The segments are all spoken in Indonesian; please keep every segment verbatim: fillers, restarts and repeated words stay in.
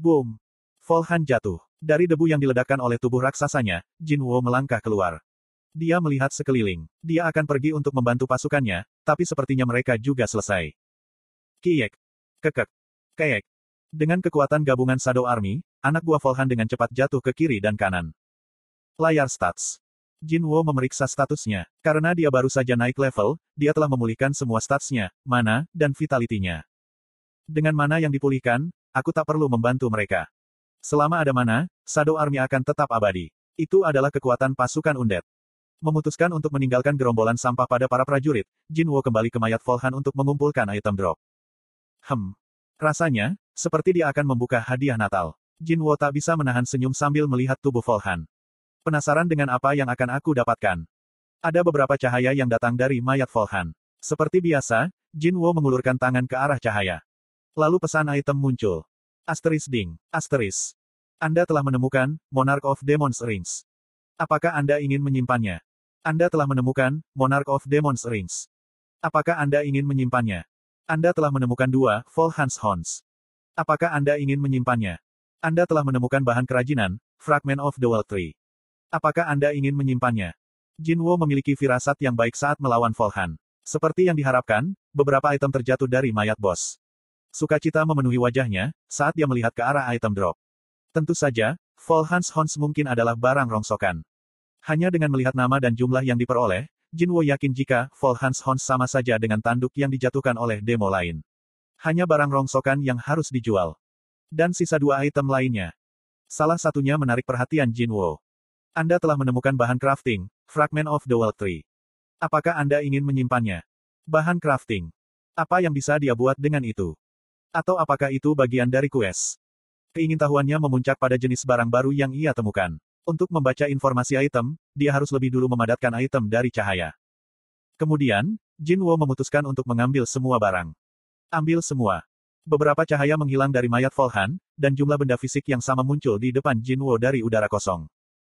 Boom! Volhan jatuh. Dari debu yang diledakkan oleh tubuh raksasanya, Jinwo melangkah keluar. Dia melihat sekeliling. Dia akan pergi untuk membantu pasukannya, tapi sepertinya mereka juga selesai. Kiek. Kekek. Keek. Dengan kekuatan gabungan Shadow Army, anak buah Volhan dengan cepat jatuh ke kiri dan kanan. Layar stats. Jinwo memeriksa statusnya. Karena dia baru saja naik level, dia telah memulihkan semua statsnya, mana, dan vitality-nya. Dengan mana yang dipulihkan, aku tak perlu membantu mereka. Selama ada mana, Shadow Army akan tetap abadi. Itu adalah kekuatan pasukan undead. Memutuskan untuk meninggalkan gerombolan sampah pada para prajurit, Jinwo kembali ke mayat Volhan untuk mengumpulkan item drop. Hem. Rasanya, seperti dia akan membuka hadiah Natal. Jinwo tak bisa menahan senyum sambil melihat tubuh Volhan. Penasaran dengan apa yang akan aku dapatkan. Ada beberapa cahaya yang datang dari mayat Volhan. Seperti biasa, Jinwo mengulurkan tangan ke arah cahaya. Lalu pesan item muncul. Asteris ding, asteris. Anda telah menemukan Monarch of Demons Rings. Apakah Anda ingin menyimpannya? Anda telah menemukan Monarch of Demons Rings. Apakah Anda ingin menyimpannya? Anda telah menemukan dua Volhan's Horns. Apakah Anda ingin menyimpannya? Anda telah menemukan bahan kerajinan, Fragment of the World Tree. Apakah Anda ingin menyimpannya? Jinwo memiliki firasat yang baik saat melawan Volhan. Seperti yang diharapkan, beberapa item terjatuh dari mayat bos. Sukacita memenuhi wajahnya, saat dia melihat ke arah item drop. Tentu saja, Volhan's Horns mungkin adalah barang rongsokan. Hanya dengan melihat nama dan jumlah yang diperoleh, Jinwo yakin jika Volhan's Horns sama saja dengan tanduk yang dijatuhkan oleh demo lain. Hanya barang rongsokan yang harus dijual. Dan sisa dua item lainnya. Salah satunya menarik perhatian Jinwo. Anda telah menemukan bahan crafting, Fragment of the World Tree. Apakah Anda ingin menyimpannya? Bahan crafting. Apa yang bisa dia buat dengan itu? Atau apakah itu bagian dari quest? Keingintahuannya memuncak pada jenis barang baru yang ia temukan. Untuk membaca informasi item, dia harus lebih dulu memadatkan item dari cahaya. Kemudian, Jinwo memutuskan untuk mengambil semua barang. Ambil semua. Beberapa cahaya menghilang dari mayat Volhan, dan jumlah benda fisik yang sama muncul di depan Jinwo dari udara kosong.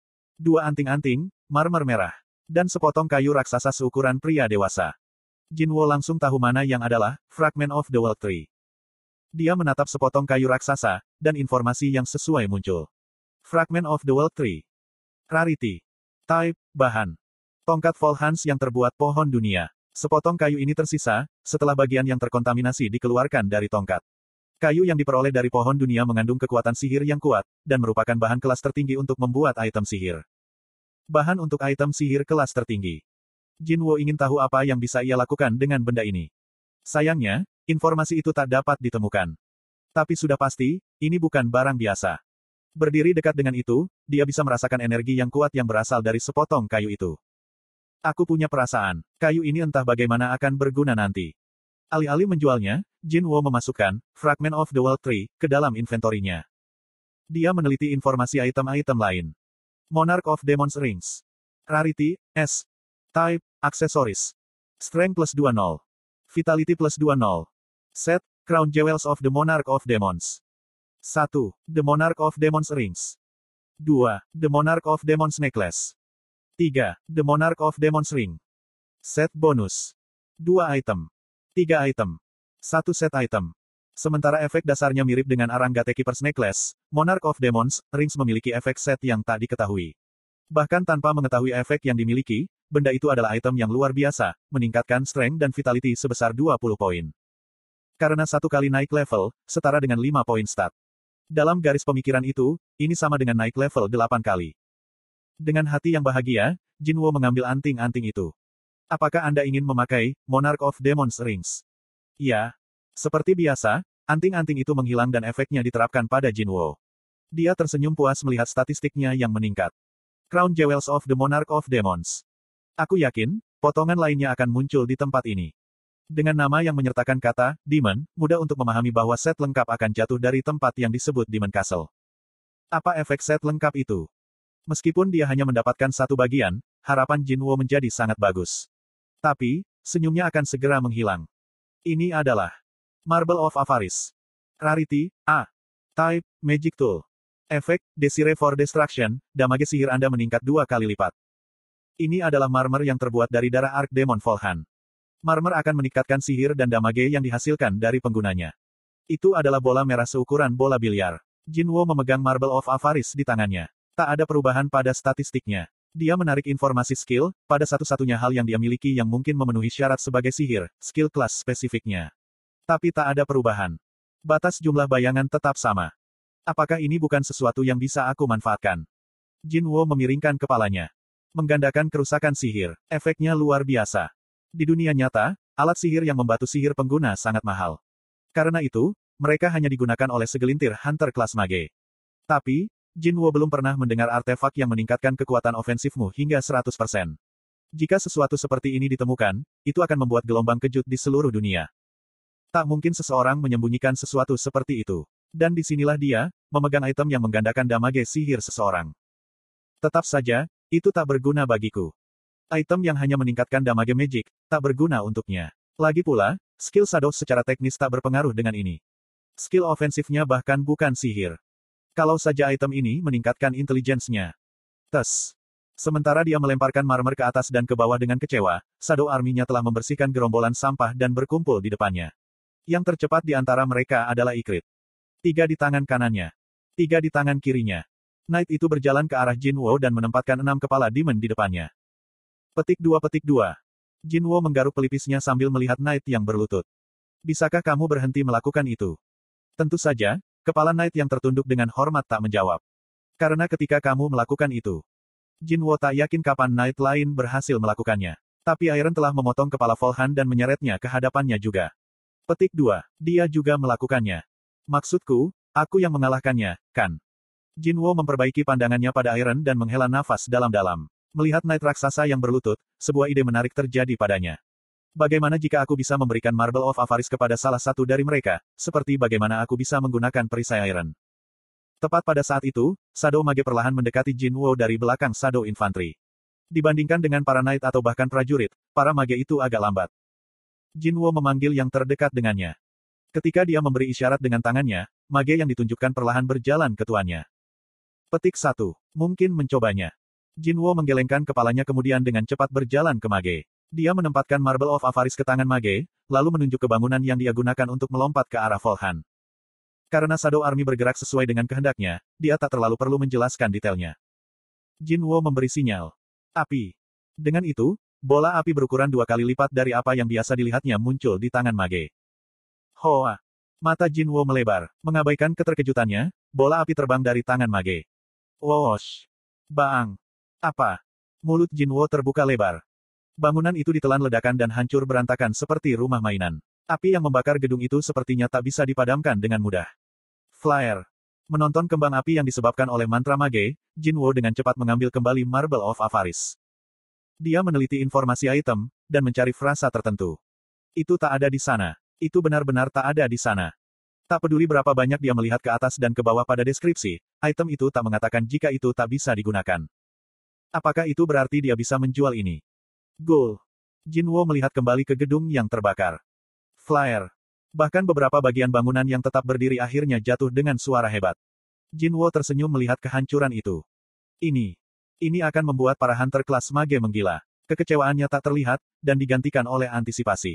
Dua anting-anting, marmer merah, dan sepotong kayu raksasa seukuran pria dewasa. Jinwo langsung tahu mana yang adalah Fragment of the World Tree. Dia menatap sepotong kayu raksasa, dan informasi yang sesuai muncul. Fragment of the World Tree. Rarity. Type, bahan. Tongkat Volhan's yang terbuat pohon dunia. Sepotong kayu ini tersisa, setelah bagian yang terkontaminasi dikeluarkan dari tongkat. Kayu yang diperoleh dari pohon dunia mengandung kekuatan sihir yang kuat, dan merupakan bahan kelas tertinggi untuk membuat item sihir. Bahan untuk item sihir kelas tertinggi. Jinwo ingin tahu apa yang bisa ia lakukan dengan benda ini. Sayangnya, informasi itu tak dapat ditemukan. Tapi sudah pasti, ini bukan barang biasa. Berdiri dekat dengan itu, dia bisa merasakan energi yang kuat yang berasal dari sepotong kayu itu. Aku punya perasaan, kayu ini entah bagaimana akan berguna nanti. Alih-alih menjualnya, Jinwo memasukkan Fragment of the World Tree ke dalam inventorinya. Dia meneliti informasi item-item lain. Monarch of Demons Rings. Rarity, S. Type, Accessories. Strength plus dua puluh. Vitality plus dua puluh. Set, Crown Jewels of the Monarch of Demons. satu. The Monarch of Demons Rings. dua. The Monarch of Demons Necklace. tiga. The Monarch of Demons Ring. Set bonus. dua item. tiga item. satu set item. Sementara efek dasarnya mirip dengan Arang Gatekeeper's Necklace, Monarch of Demons Rings memiliki efek set yang tak diketahui. Bahkan tanpa mengetahui efek yang dimiliki, benda itu adalah item yang luar biasa, meningkatkan strength dan vitality sebesar dua puluh poin. Karena satu kali naik level, setara dengan lima poin stat. Dalam garis pemikiran itu, ini sama dengan naik level delapan kali. Dengan hati yang bahagia, Jinwo mengambil anting-anting itu. Apakah Anda ingin memakai Monarch of Demons Rings? Ya. Seperti biasa, anting-anting itu menghilang dan efeknya diterapkan pada Jinwo. Dia tersenyum puas melihat statistiknya yang meningkat. Crown Jewels of the Monarch of Demons. Aku yakin, potongan lainnya akan muncul di tempat ini. Dengan nama yang menyertakan kata Demon, mudah untuk memahami bahwa set lengkap akan jatuh dari tempat yang disebut Demon Castle. Apa efek set lengkap itu? Meskipun dia hanya mendapatkan satu bagian, harapan Jinwo menjadi sangat bagus. Tapi, senyumnya akan segera menghilang. Ini adalah Marble of Avarice. Rarity, A. Type, Magic Tool. Efek, Desire for Destruction, damage sihir Anda meningkat dua kali lipat. Ini adalah marmer yang terbuat dari darah Archdemon Volhan. Marmer akan meningkatkan sihir dan damage yang dihasilkan dari penggunanya. Itu adalah bola merah seukuran bola biliar. Jinwo memegang Marble of Avarice di tangannya. Tak ada perubahan pada statistiknya. Dia menarik informasi skill, pada satu-satunya hal yang dia miliki yang mungkin memenuhi syarat sebagai sihir, skill kelas spesifiknya. Tapi tak ada perubahan. Batas jumlah bayangan tetap sama. Apakah ini bukan sesuatu yang bisa aku manfaatkan? Jinwo memiringkan kepalanya. Menggandakan kerusakan sihir, efeknya luar biasa. Di dunia nyata, alat sihir yang membantu sihir pengguna sangat mahal. Karena itu, mereka hanya digunakan oleh segelintir hunter kelas mage. Tapi, Jinwo belum pernah mendengar artefak yang meningkatkan kekuatan ofensifmu hingga seratus persen. Jika sesuatu seperti ini ditemukan, itu akan membuat gelombang kejut di seluruh dunia. Tak mungkin seseorang menyembunyikan sesuatu seperti itu. Dan disinilah dia, memegang item yang menggandakan damage sihir seseorang. Tetap saja, itu tak berguna bagiku. Item yang hanya meningkatkan damage magic, tak berguna untuknya. Lagi pula, skill Shadow secara teknis tak berpengaruh dengan ini. Skill ofensifnya bahkan bukan sihir. Kalau saja item ini meningkatkan intelijensinya. Tes. Sementara dia melemparkan marmer ke atas dan ke bawah dengan kecewa, Shadow Army-nya telah membersihkan gerombolan sampah dan berkumpul di depannya. Yang tercepat di antara mereka adalah Ikrit. Tiga di tangan kanannya. Tiga di tangan kirinya. Knight itu berjalan ke arah Jinwo dan menempatkan enam kepala demon di depannya. Petik dua petik dua. Jinwo menggaruk pelipisnya sambil melihat Knight yang berlutut. Bisakah kamu berhenti melakukan itu? Tentu saja, kepala Knight yang tertunduk dengan hormat tak menjawab. Karena ketika kamu melakukan itu, Jinwo tak yakin kapan Knight lain berhasil melakukannya. Tapi Iron telah memotong kepala Volhan dan menyeretnya ke hadapannya juga. Petik dua. Dia juga melakukannya. Maksudku, aku yang mengalahkannya, kan? Jinwo memperbaiki pandangannya pada Iron dan menghela nafas dalam-dalam. Melihat Knight raksasa yang berlutut, sebuah ide menarik terjadi padanya. Bagaimana jika aku bisa memberikan Marble of Avarice kepada salah satu dari mereka, seperti bagaimana aku bisa menggunakan perisai Iron? Tepat pada saat itu, Shadow Mage perlahan mendekati Jinwo dari belakang Shadow Infantry. Dibandingkan dengan para Knight atau bahkan prajurit, para Mage itu agak lambat. Jinwo memanggil yang terdekat dengannya. Ketika dia memberi isyarat dengan tangannya, Mage yang ditunjukkan perlahan berjalan ke tuannya. Petik satu. Mungkin mencobanya. Jinwo menggelengkan kepalanya kemudian dengan cepat berjalan ke Mage. Dia menempatkan Marble of Avarice ke tangan Mage, lalu menunjuk ke bangunan yang dia gunakan untuk melompat ke arah Volhan. Karena Shadow Army bergerak sesuai dengan kehendaknya, dia tak terlalu perlu menjelaskan detailnya. Jinwo memberi sinyal. Api. Dengan itu, bola api berukuran dua kali lipat dari apa yang biasa dilihatnya muncul di tangan Mage. Hoa. Mata Jinwo melebar. Mengabaikan keterkejutannya, bola api terbang dari tangan Mage. Woosh. Baang. Apa? Mulut Jinwo terbuka lebar. Bangunan itu ditelan ledakan dan hancur berantakan seperti rumah mainan. Api yang membakar gedung itu sepertinya tak bisa dipadamkan dengan mudah. Flare. Menonton kembang api yang disebabkan oleh mantra Mage, Jinwo dengan cepat mengambil kembali Marble of Avarice. Dia meneliti informasi item, dan mencari frasa tertentu. Itu tak ada di sana. Itu benar-benar tak ada di sana. Tak peduli berapa banyak dia melihat ke atas dan ke bawah pada deskripsi, item itu tak mengatakan jika itu tak bisa digunakan. Apakah itu berarti dia bisa menjual ini? Ghoul. Jinwo melihat kembali ke gedung yang terbakar. Flare. Bahkan beberapa bagian bangunan yang tetap berdiri akhirnya jatuh dengan suara hebat. Jinwo tersenyum melihat kehancuran itu. Ini. Ini akan membuat para hunter kelas Mage menggila. Kekecewaannya tak terlihat, dan digantikan oleh antisipasi.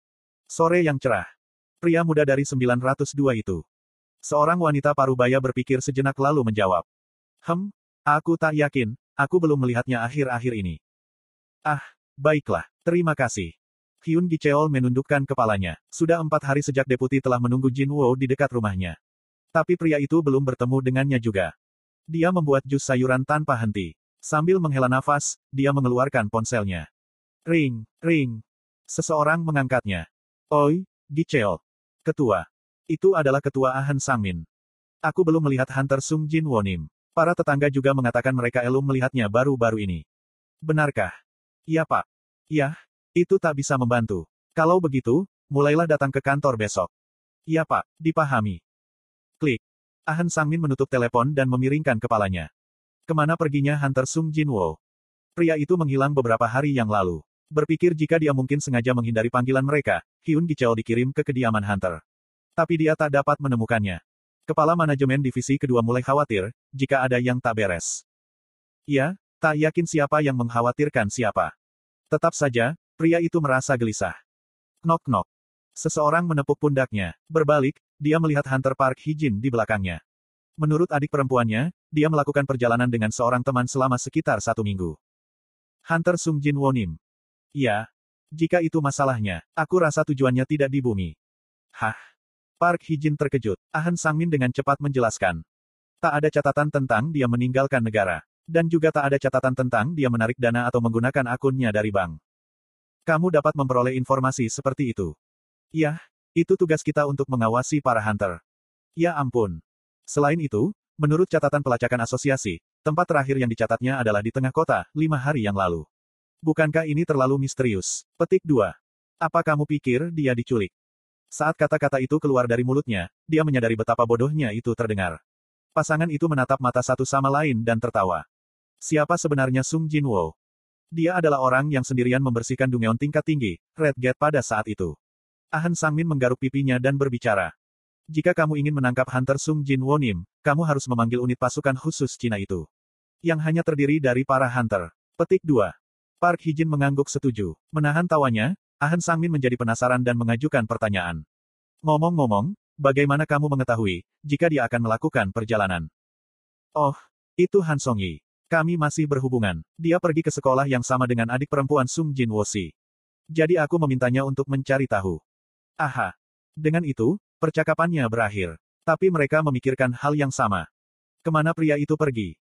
Sore yang cerah. Pria muda dari sembilan nol dua itu. Seorang wanita parubaya berpikir sejenak lalu menjawab. Hem, aku tak yakin, aku belum melihatnya akhir-akhir ini. Ah, baiklah, terima kasih. Hyun Gicheol menundukkan kepalanya. Sudah empat hari sejak deputi telah menunggu Jinwo di dekat rumahnya. Tapi pria itu belum bertemu dengannya juga. Dia membuat jus sayuran tanpa henti. Sambil menghela nafas, dia mengeluarkan ponselnya. Ring, ring. Seseorang mengangkatnya. Oi, Gicheol. Ketua. Itu adalah ketua Ahn Sangmin. Aku belum melihat Hunter Sung Jin Wonim. Para tetangga juga mengatakan mereka elum melihatnya baru-baru ini. Benarkah? Iya Pak. Yah, itu tak bisa membantu. Kalau begitu, mulailah datang ke kantor besok. Iya Pak, dipahami. Klik. Ahn Sangmin menutup telepon dan memiringkan kepalanya. Kemana perginya Hunter Sung Jinwo? Pria itu menghilang beberapa hari yang lalu. Berpikir jika dia mungkin sengaja menghindari panggilan mereka, Hyun Gicheol dikirim ke kediaman Hunter. Tapi dia tak dapat menemukannya. Kepala manajemen divisi kedua mulai khawatir, jika ada yang tak beres. Ia, tak yakin siapa yang mengkhawatirkan siapa. Tetap saja, pria itu merasa gelisah. Knock-knock. Seseorang menepuk pundaknya. Berbalik, dia melihat Hunter Park Hijin di belakangnya. Menurut adik perempuannya, dia melakukan perjalanan dengan seorang teman selama sekitar satu minggu. Hunter Sung Jin Wonim. Ya. Jika itu masalahnya, aku rasa tujuannya tidak di bumi. Hah? Park Hee-jin terkejut. Ah Han Sang-min dengan cepat menjelaskan. Tak ada catatan tentang dia meninggalkan negara. Dan juga tak ada catatan tentang dia menarik dana atau menggunakan akunnya dari bank. Kamu dapat memperoleh informasi seperti itu. Yah, itu tugas kita untuk mengawasi para hunter. Ya ampun. Selain itu, menurut catatan pelacakan asosiasi, tempat terakhir yang dicatatnya adalah di tengah kota, lima hari yang lalu. Bukankah ini terlalu misterius? Petik dua. Apa kamu pikir dia diculik? Saat kata-kata itu keluar dari mulutnya, dia menyadari betapa bodohnya itu terdengar. Pasangan itu menatap mata satu sama lain dan tertawa. Siapa sebenarnya Sung Jin Woo? Dia adalah orang yang sendirian membersihkan Dungeon tingkat tinggi, Red Gate pada saat itu. Ah Han Sang-min menggaruk pipinya dan berbicara. Jika kamu ingin menangkap Hunter Sung Jin Wonim, kamu harus memanggil unit pasukan khusus Cina itu. Yang hanya terdiri dari para hunter. Petik dua. Park Hee-jin mengangguk setuju. Menahan tawanya, Ah Han Sang-min menjadi penasaran dan mengajukan pertanyaan. Ngomong-ngomong, bagaimana kamu mengetahui, jika dia akan melakukan perjalanan? Oh, itu Han Song-yi. Kami masih berhubungan. Dia pergi ke sekolah yang sama dengan adik perempuan Sung Jin Wo-si. Jadi aku memintanya untuk mencari tahu. Aha. Dengan itu, percakapannya berakhir. Tapi mereka memikirkan hal yang sama. Kemana pria itu pergi?